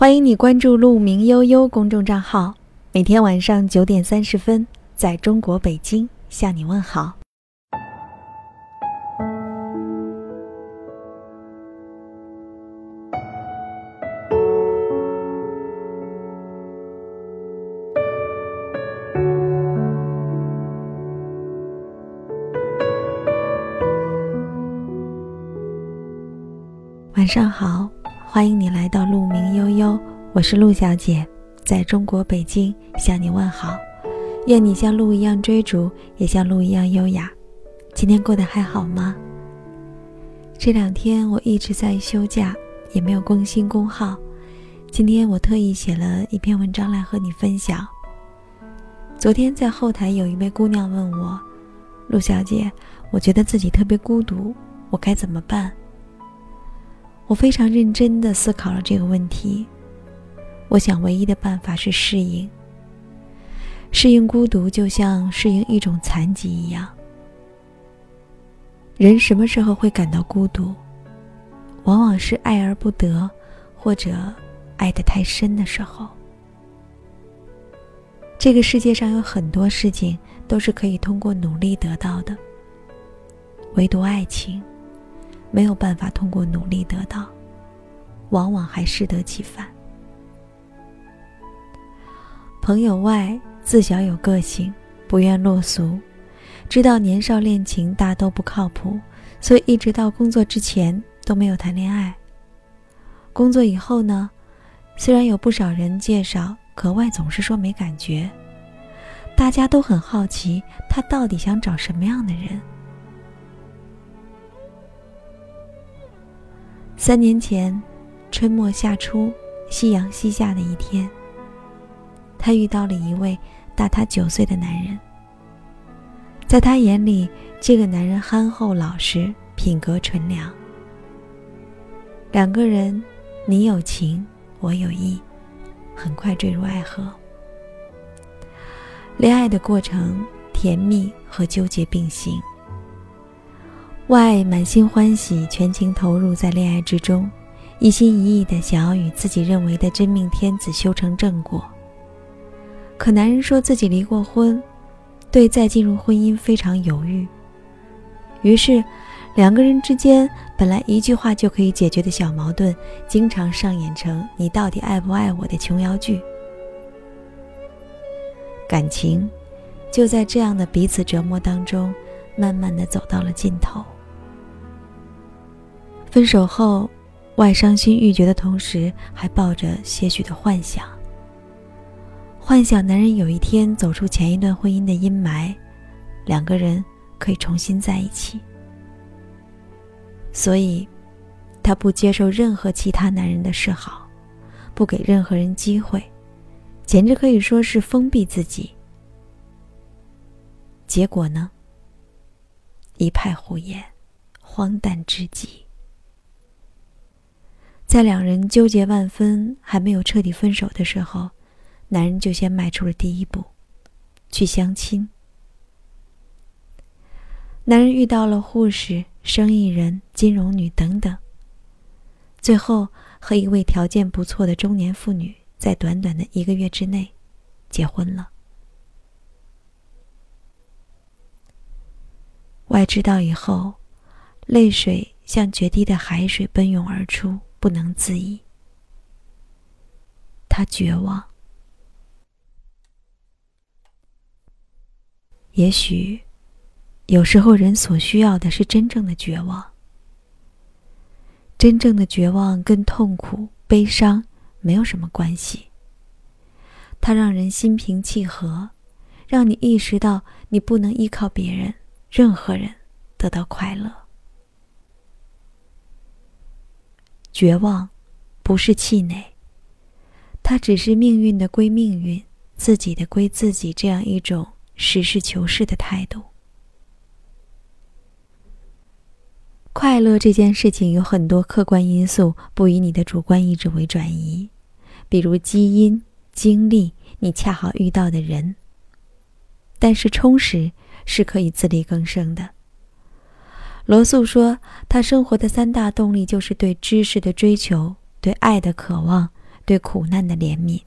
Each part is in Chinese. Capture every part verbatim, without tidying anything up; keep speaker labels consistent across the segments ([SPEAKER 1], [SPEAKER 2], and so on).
[SPEAKER 1] 欢迎你关注鹿鸣悠悠公众账号，每天晚上九点三十分，在中国北京向你问好。晚上好，欢迎你来到鹿鸣悠悠，我是鹿小姐，在中国北京向你问好。愿你像鹿一样追逐，也像鹿一样优雅。今天过得还好吗？这两天我一直在休假，也没有更新公号。今天我特意写了一篇文章来和你分享。昨天在后台有一位姑娘问我，鹿小姐，我觉得自己特别孤独，我该怎么办？我非常认真地思考了这个问题，我想唯一的办法是适应。适应孤独就像适应一种残疾一样。人什么时候会感到孤独？往往是爱而不得，或者爱得太深的时候。这个世界上有很多事情都是可以通过努力得到的，唯独爱情没有办法通过努力得到，往往还适得其反。朋友外，自小有个性，不愿落俗，知道年少恋情大都不靠谱，所以一直到工作之前都没有谈恋爱。工作以后呢，虽然有不少人介绍，可外总是说没感觉。大家都很好奇，他到底想找什么样的人？三年前，春末夏初，夕阳西下的一天，他遇到了一位大他九岁的男人。在他眼里，这个男人憨厚老实，品格纯良。两个人你有情，我有意，很快坠入爱河。恋爱的过程，甜蜜和纠结并行。外满心欢喜，全情投入在恋爱之中，一心一意地想要与自己认为的真命天子修成正果。可男人说自己离过婚，对再进入婚姻非常犹豫。于是两个人之间本来一句话就可以解决的小矛盾，经常上演成你到底爱不爱我的琼瑶剧。感情就在这样的彼此折磨当中，慢慢地走到了尽头。分手后，外伤心欲绝的同时，还抱着些许的幻想。幻想男人有一天走出前一段婚姻的阴霾，两个人可以重新在一起。所以，他不接受任何其他男人的示好，不给任何人机会，简直可以说是封闭自己。结果呢？一派胡言，荒诞至极。在两人纠结万分，还没有彻底分手的时候，男人就先迈出了第一步，去相亲。男人遇到了护士、生意人、金融女等等，最后和一位条件不错的中年妇女在短短的一个月之内结婚了。外知道以后，泪水像决堤的海水奔涌而出，不能自已。他绝望。也许有时候人所需要的是真正的绝望。真正的绝望跟痛苦、悲伤没有什么关系。它让人心平气和，让你意识到你不能依靠别人、任何人得到快乐。绝望不是气馁，它只是命运的归命运，自己的归自己，这样一种实事求是的态度。快乐这件事情有很多客观因素，不以你的主观意志为转移，比如基因、经历，你恰好遇到的人。但是充实是可以自力更生的。罗素说，他生活的三大动力就是对知识的追求，对爱的渴望， 对苦难的怜悯。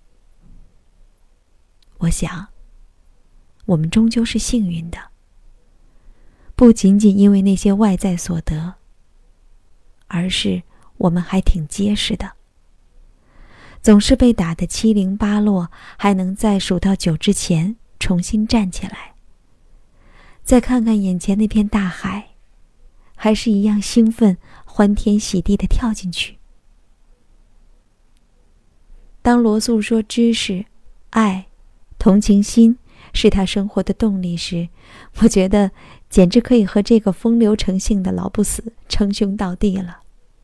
[SPEAKER 1] 我想，我们终究是幸运的，不仅仅因为那些外在所得，而是我们还挺结实的，总是被打得七零八落，还能在数到九之前重新站起来。再看看眼前那片大海，还是一样兴奋，欢天喜地地跳进去。当罗素说知识、爱、同情心是他生活的动力时，我觉得简直可以和这个风流成性的老不死称兄道弟了。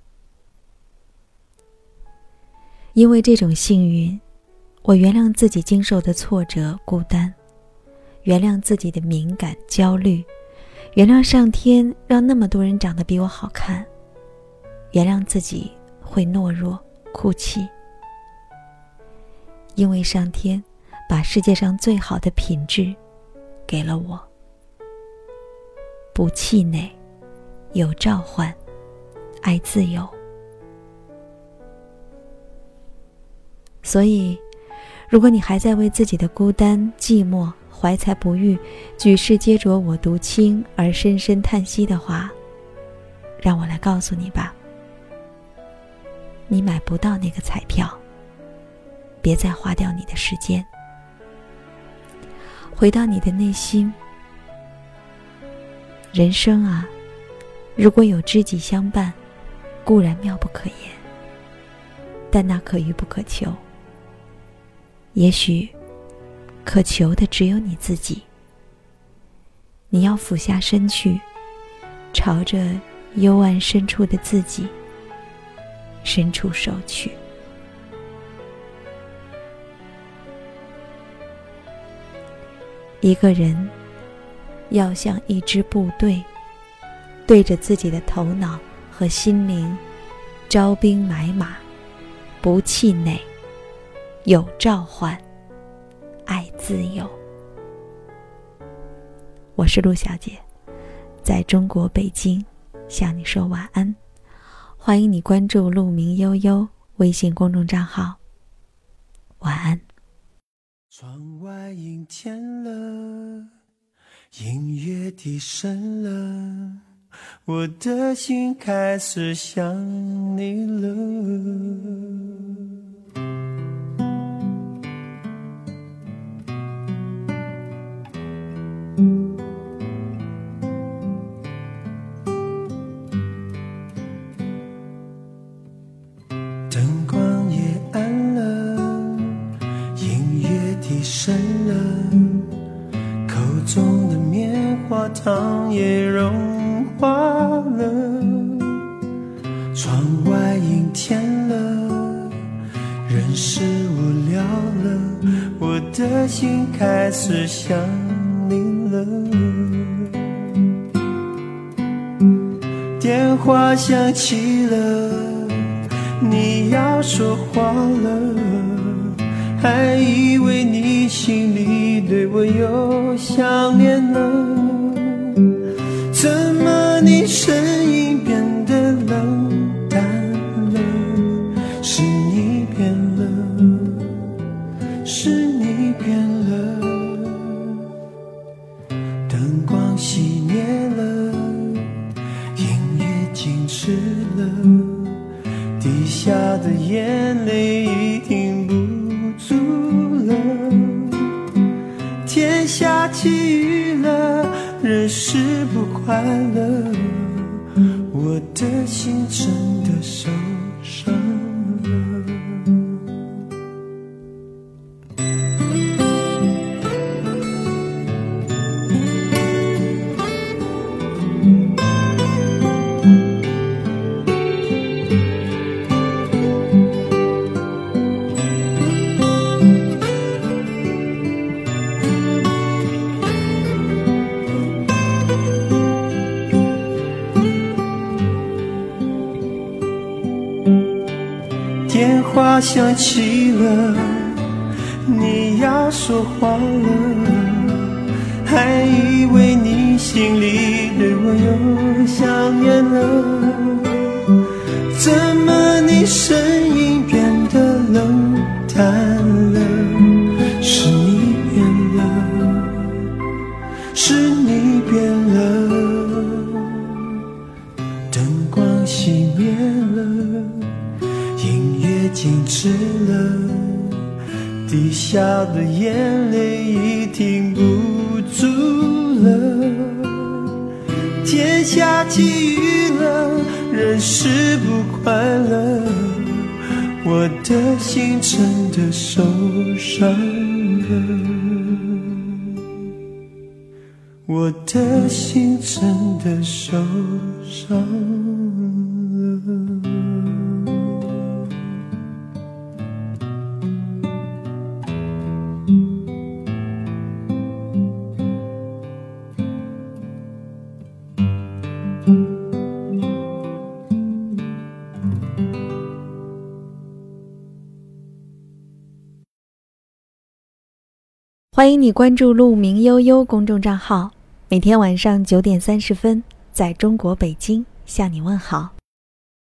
[SPEAKER 1] 因为这种幸运，我原谅自己经受的挫折、孤单，原谅自己的敏感、焦虑，原谅上天让那么多人长得比我好看，原谅自己会懦弱、哭泣。因为上天把世界上最好的品质给了我，不气馁，有召唤，爱自由。所以，如果你还在为自己的孤单、寂寞、怀才不遇、举世皆浊我独清而深深叹息的话，让我来告诉你吧，你买不到那个彩票，别再花掉你的时间。回到你的内心，人生啊，如果有知己相伴，固然妙不可言，但那可遇不可求。也许可求的只有你自己。你要俯下身去，朝着幽暗深处的自己伸出手去。一个人要像一支部队，对着自己的头脑和心灵招兵买马，不气馁，有召唤，爱自由。我是陆小姐，在中国北京向你说晚安。欢迎你关注鹿鸣悠悠微信公众账号。晚安。
[SPEAKER 2] 窗外阴天了，音乐低声了，我的心开始想你了。灯光也暗了，音乐低声了，口中的棉花糖也融化了。窗外阴天了，人是无聊了，我的心开始想你了。电话响起了，你要说话了，还以为你心里对我有想念了，怎么你声音变得冷淡了？是你变了，是你变了。灯光熄灭了，音乐静止了，滴下的眼泪已停不住了。天下起雨了，人是不快乐，我的心真的受伤了。电话响起了，你要说话了，还以为你心里对我有想念了，怎么你声音变得冷淡了，是你变了，是你变了，灯光熄灭了，音乐静止了，滴下的眼泪已停不住了，天下起雨了，人是不快乐，我的心真的受伤了，我的心真的受伤了。
[SPEAKER 1] 欢迎你关注鹿鸣悠悠公众账号，每天晚上九点三十分，在中国北京向你问好。